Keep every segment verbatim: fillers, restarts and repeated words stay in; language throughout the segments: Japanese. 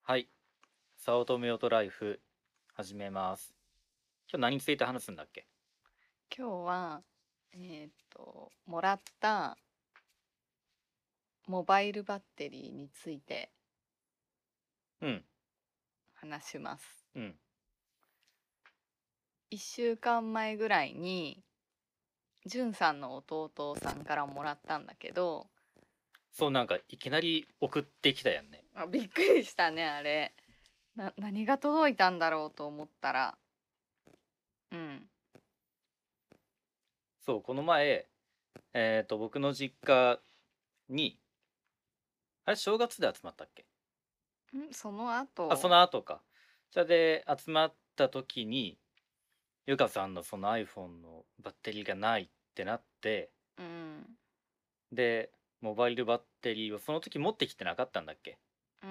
はい。早乙女オトライフ始めます。今日何について話すんだっけ？ 今日は、えーっと、もらったモバイルバッテリーについてうん、 話します。 うん。 いっしゅうかんまえぐらいに、じゅんさんの弟さんからもらったんだけど、 そう、なんかいきなり送ってきたやんね。 あ、びっくりしたね、あれ。な、何が届いたんだろうと思ったら、うん、 そう、この前、えっと、僕の実家に、あれ、正月で集まったっけ？ ん、そのあ、そ後、 の後か。それで集まった時に、ゆかさんのその iPhone のバッテリーがないってなって、 うん、 で、モバイルバッテリーをその時持ってきてなかったんだっけ？ うん。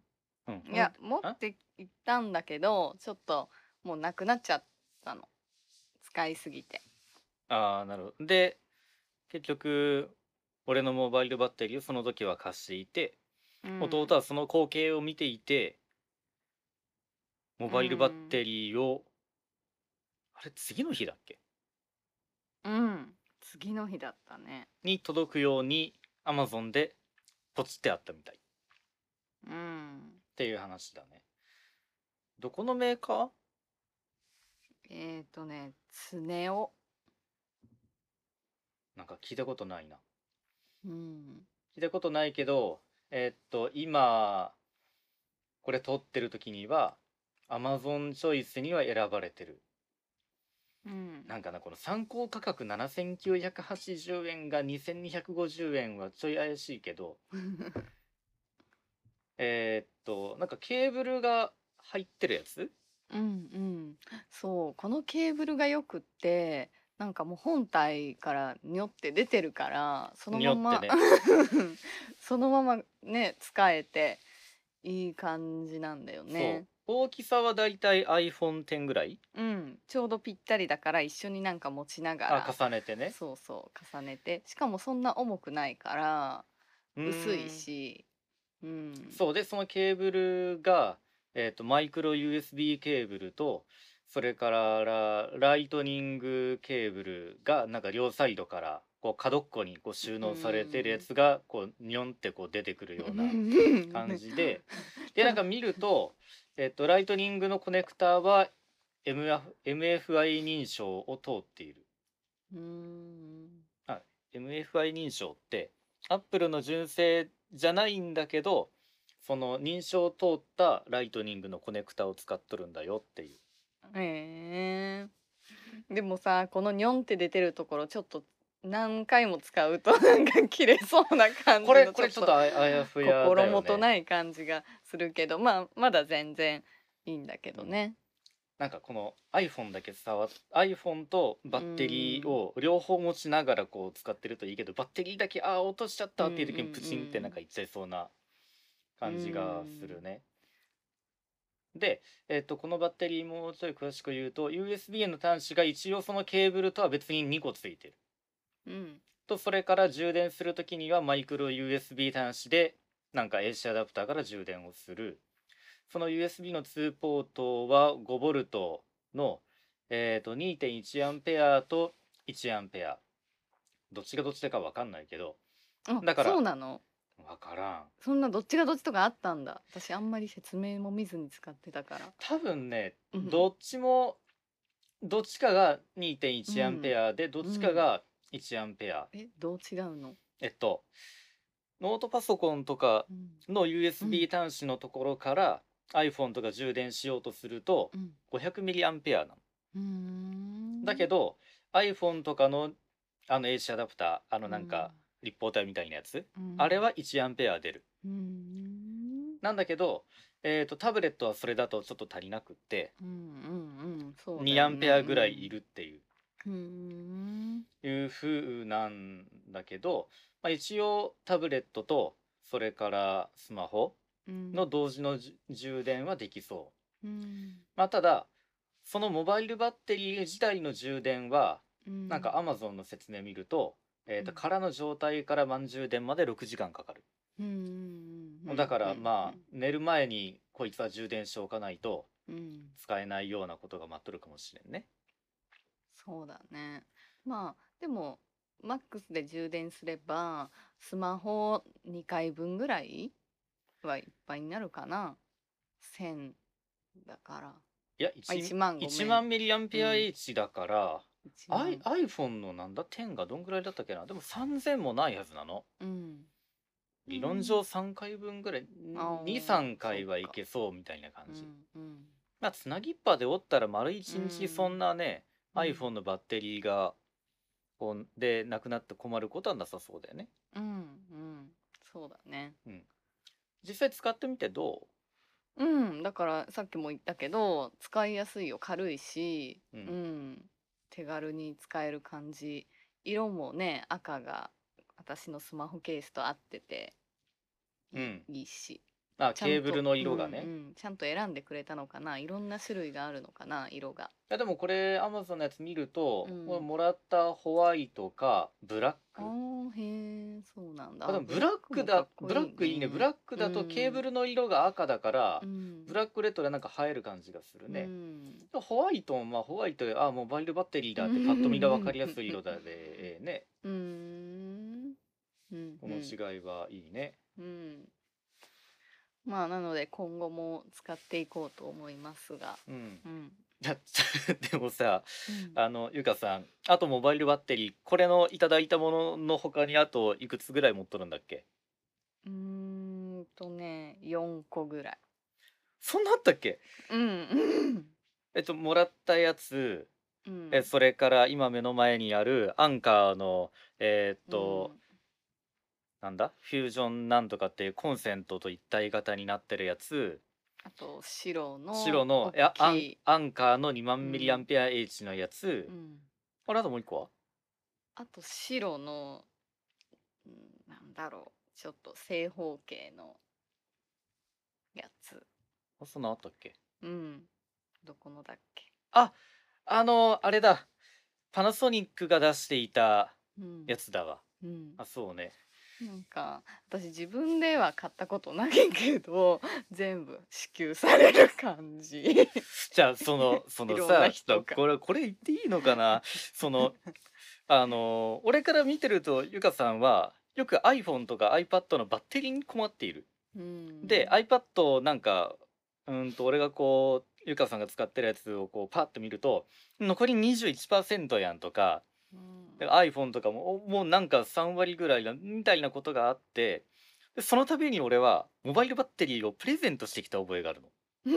うん、 いや、 ほんで、あ持って行ったんだけど、ちょっともうなくなっちゃったの。使いすぎて。 あー、なるほど。で、結局、俺のモバイルバッテリーをその時は貸していて、 うん、 弟はその光景を見ていて、モうバイルバッん、 テリーを、あれ、次の日だっけ？ うん。次の日だったね。 に届くように、Amazon でポチってあったみたいっうん。 ていう話だね。どこのメーカー？ えっとね、スネ夫。 なんか聞いたことないな。 うん。 聞いたことないけど、えーっと、今、これ撮ってる時には、Amazon チョイスには選ばれてる。 うん。 なんかな、この参考価格ななせんきゅうひゃくはちじゅうえんがにせんにひゃくごじゅうえんはちょい怪しいけど、えーっと、なんかケーブルが入ってるやつうんうん。そう、このケーブルがよくって、なんかもう本体からにょって出てるから、そのにままよってね。 そのままね、使えていい感じなんだよね。 そう。大きさはだいたい アイフォンテン ぐらい。 うん、ちょうどぴったりだから一緒になんか持ちながあ、 ら、 重ねてね。 そうそう重ねて、しかもそんな重くないからう薄いーん。 し、うん、 そうで、そのケーブルが、えっと、マイクロ ユーエスビー ケーブルと、それからラ、ライトニングケーブルが、なんか両サイドから、こう角っこにこう収う納されてるやん。 つが、こう、ニョンってこう出てくるような感じで、で、なんか見ると、えっと、ライトニングのコネクターは エムエフ、エムエフアイ 認証を通っている。 うん。 あ、エムエフアイ 認証って、Apple の純正じゃないんだけど、その認証を通ったライトニングのコネクタを使っとるんだよっていう。 ええ、でもさ、このニョンって出てるところちょっと何回も使うとなんか切れそうな感じこれ、このちょっとれちょっとあやあやふやだ心よね。 もとない感じがするけど、まあまだ全然いいんだけうん。 どね。 なんかこの iPhone だけ触っ iPhone とバうッテリーん。 を両方持ちながらこう使ってるといいけど、バッテリーだけああ落としちゃっうんたっていう時にプチンってなんうんかいっちゃいそうなう感じがするんね。で、えっと、このバッテリーもうちょい詳しく言うと、ユーエスビー の端子が一応そのケーブルとは別ににこついてる。 うん。 と、それから充電するときにはマイクロ ユーエスビー 端子で、なんか エーシー アダプターから充電をする。その ユーエスビー のにポートはごボルトの、えっと、にてんいちアンペアといちアンペア。どっちがどっちだかわかんないけど。 あ、 だから、 そうなの。 わからん。 そんなどっちがどっちとかあったんだ。私あんまり説明も見ずに使ってたから。 多分ね、 うん。 どっちも、どっちかがにてんいちアンペうん。 アで、どっうん。 ちかがいちアンペア。 え、どう違うの？ えっと、ノートパソコンとかうん。 のうん。 ユーエスビー 端子のところから iPhone とか充電しようとするとうん。 ごひゃくミリアンペアなの。 うーん。 だけど iPhone とかのあの エーシー アダプター、あのなんかうん。 立方体みたいなやつ、 うん。 あれはいちアンペア出る。 うーん。 なんだけど、えっと、タブレットはそれだとちょっと足りなくって、 うんうんうん。そうだにアよね。 ンペアぐらいいうん。 るっていう、 うーん。 いう風なんだけど、まあ、一応タブレットとそれからスマホうん。 の同時のじ充電はできそう。 うん。 まあ、ただ、そのモバイルバッテリー自体の充電は、 うん。 なんか Amazon の説明見ると、えっと、 うん。 空の状態から満充電までろくじかんかかる。 うん。うん。 だからうん。 まあ、寝る前にこいつは充電しておかないとうん使えないようなことが待っとるかもしれんね。 そうだね。まあでもマックスで充電すればスマホにかいぶんぐらいはいっぱいになるかな。せんだから。 いや、 あ、 いち, いちまんご 1 めん。 万ミリアンペアうん H だから、 1 I、 万。 iPhone のなんだじゅうがどんぐらいだったっけな。でもさんぜんもないはずなの。 うんう理論ん上さんかいぶんぐらい、 あに、 あ 3回はいそっか。 けそうみたいな感うじ。 んうんまあ、つなぎっぱでおったら丸一う日そんんなね、 うん iPhone のバッテリーがこうでなくなって困ることはなさそうだよね。 うんうんそうだね。 うん。実際使ってみてどうんだからさっきも言ったけど使いやすいよ。軽いし、 う？ううん。 ん、手軽に使える感じ。色もね赤が私のスマホケースと合ってていい、 うん。 いいし、 あ、 ちゃんと、 ケーブルのうんう色がね。 ん、ちゃんと選んでくれたのかな。いろんな種類があるのかな、色が。 いやでもこれ Amazon のやつ見ると、これうん。 もらったホワイトかブラッあク。 ーへえ、そうなんだ。 あ、であ、 もブラッブラックもかクだ、 っこいいブラックいいね。ブラね。 ックうだとケーブん。 ルの色が赤だかうら、ブん。 ラックレッドでなんか映える感じがするうね。 ん。 ホワイトもまあホワイトで、あ、モバイルバッテリーうだってパッと見で分かん。 りやすい色だで、えーね。 うん。うん。 この違いはいいね。 うん。まあ、なので今後も使っていこうと思いますが。 うん。 うん。 だでもさ、 うんあの、ゆかさん、あとモバイルバッテリー、これのいただいたものの他にあといくつぐらい持っとるんだっけ？ うーんとね、よんこぐらい。 そんなあったっけ？ うん。 えっと、もらったやつ、え、 うん。 それから今目の前にあるアンカーの、えーっうと、 ん。 なんだフュージョンなんとかっていうコンセントと一体型になってるやつ、 あと白の白の、 大いや、アン、 きい。 アンカーの2 う万ミリアンん。 ペア H のやつ、 うん。 あれあともう一個は？ あと白の、うん、なんだろう、ちょっと正方形のやつ。 あ、そんなんあったっけ？ うん。どこのだっけ。 あ、あの、あれだ。パナソニックが出していたうん。 やつだわ。 うん。 あ、そうね。 なんか私自分では買ったことないけど全部支給される感じ。 じゃあ、その、そいろんなのさ、 人が。 これ、これ言っていいのかな？その、あの、俺から見てると、ゆかさんは、よく iPhone とか iPad のバッテリーに困っている。 うで、 ん。 iPad なんか、うーんと、俺がこう、ゆかさんが使ってるやつをこう、パッと見ると、残りにじゅういちパーセントやんとか、 うんで iPhone とかも、おもうなんかさん割ぐらいだ、みたいなことがあって、でその度に俺は、モバイルバッテリーをプレゼントしてきた覚えがあるの。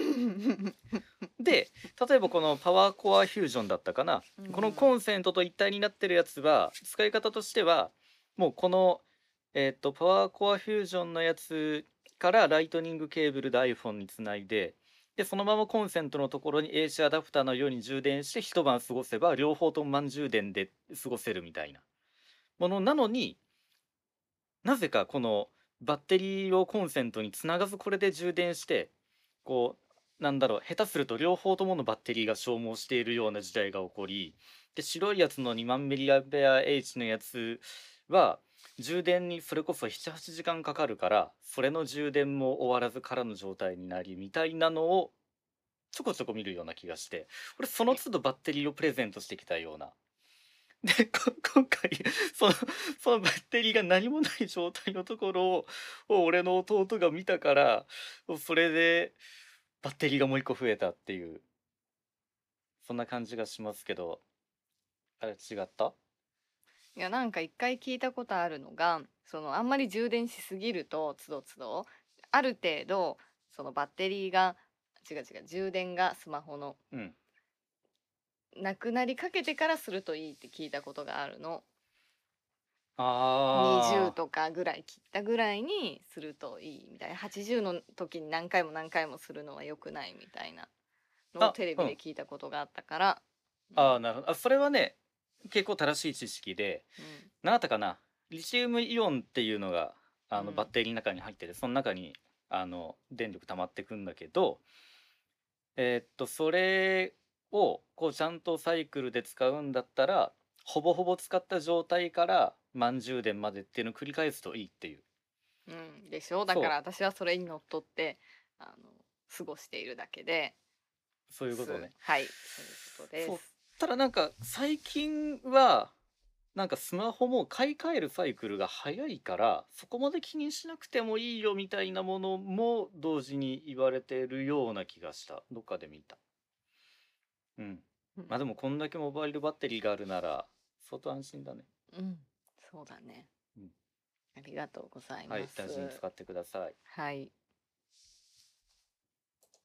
で、例えばこのパワーコアフュージョンだったかな、 うんこのコンセントと一体になってるやつは使い方としてはもうこの、えっとパワーコアフュージョンのやつからライトニングケーブルで iPhone につないで、でそのままコンセントのところに エーシー アダプターのように充電して一晩過ごせば両方とも満充電で過ごせるみたいなものなのに、なぜかこのバッテリーをコンセントにつながずこれで充電して、こうなんだろう、下手すると両方とものバッテリーが消耗しているような事態が起こり、で白いやつのにまんミリアンペア H のやつは充電にそれこそななはちじかんかかるから、それの充電も終わらず空の状態になりみたいなのをちょこちょこ見るような気がして、俺その都度バッテリーをプレゼントしてきたような。で、こ今回そのそのバッテリーが何もない状態のところをを俺の弟が見たから、それでバッテリーがもう一個増えたっていう、そんな感じがしますけど、あれ違った？ いやなんか一回聞いたことあるのが、そのあんまり充電しすぎるとつどつどある程度そのバッテリーが違う違う充電がスマホのうん。 なくなりかけてからするといいって聞いたことがあるの。にじゅうあとかぐらい切ったぐらいにするといいみたいな。はちじゅうの時に何回も何回もするのは良くないみたいなのあ、あ、 をテレうん。 ビで聞いたことがあったから。うああ、 んなるほど。あ、それはね、結構正しい知識で、何だったかな、リチウムイオンっていうのがうんあのバッテリーの中に入ってて、その中にあの電力溜まってくんだけど、えーっとそれをこうちゃんとサイクルで使うんだったら、ほぼほぼ使った状態から満充電までっていうのを繰り返すといいっていう。 うん、うん、でしょ。だかそら私はそれにのっとってあの過ごしているだけでそういうことね。 すはい、そういうことでそうす。 ただなんか最近はなんかスマホも買い替えるサイクルが早いからそこまで気にしなくてもいいよみたいなものも同時に言われてるような気がした。どっかで見た。うん。 うんまあでもこんだけモバイルバッテリーがあるなら相当安心だね。 うん、そうだね。 うん。 ありがとうございはい、 ます。 大事に使ってください。 はい。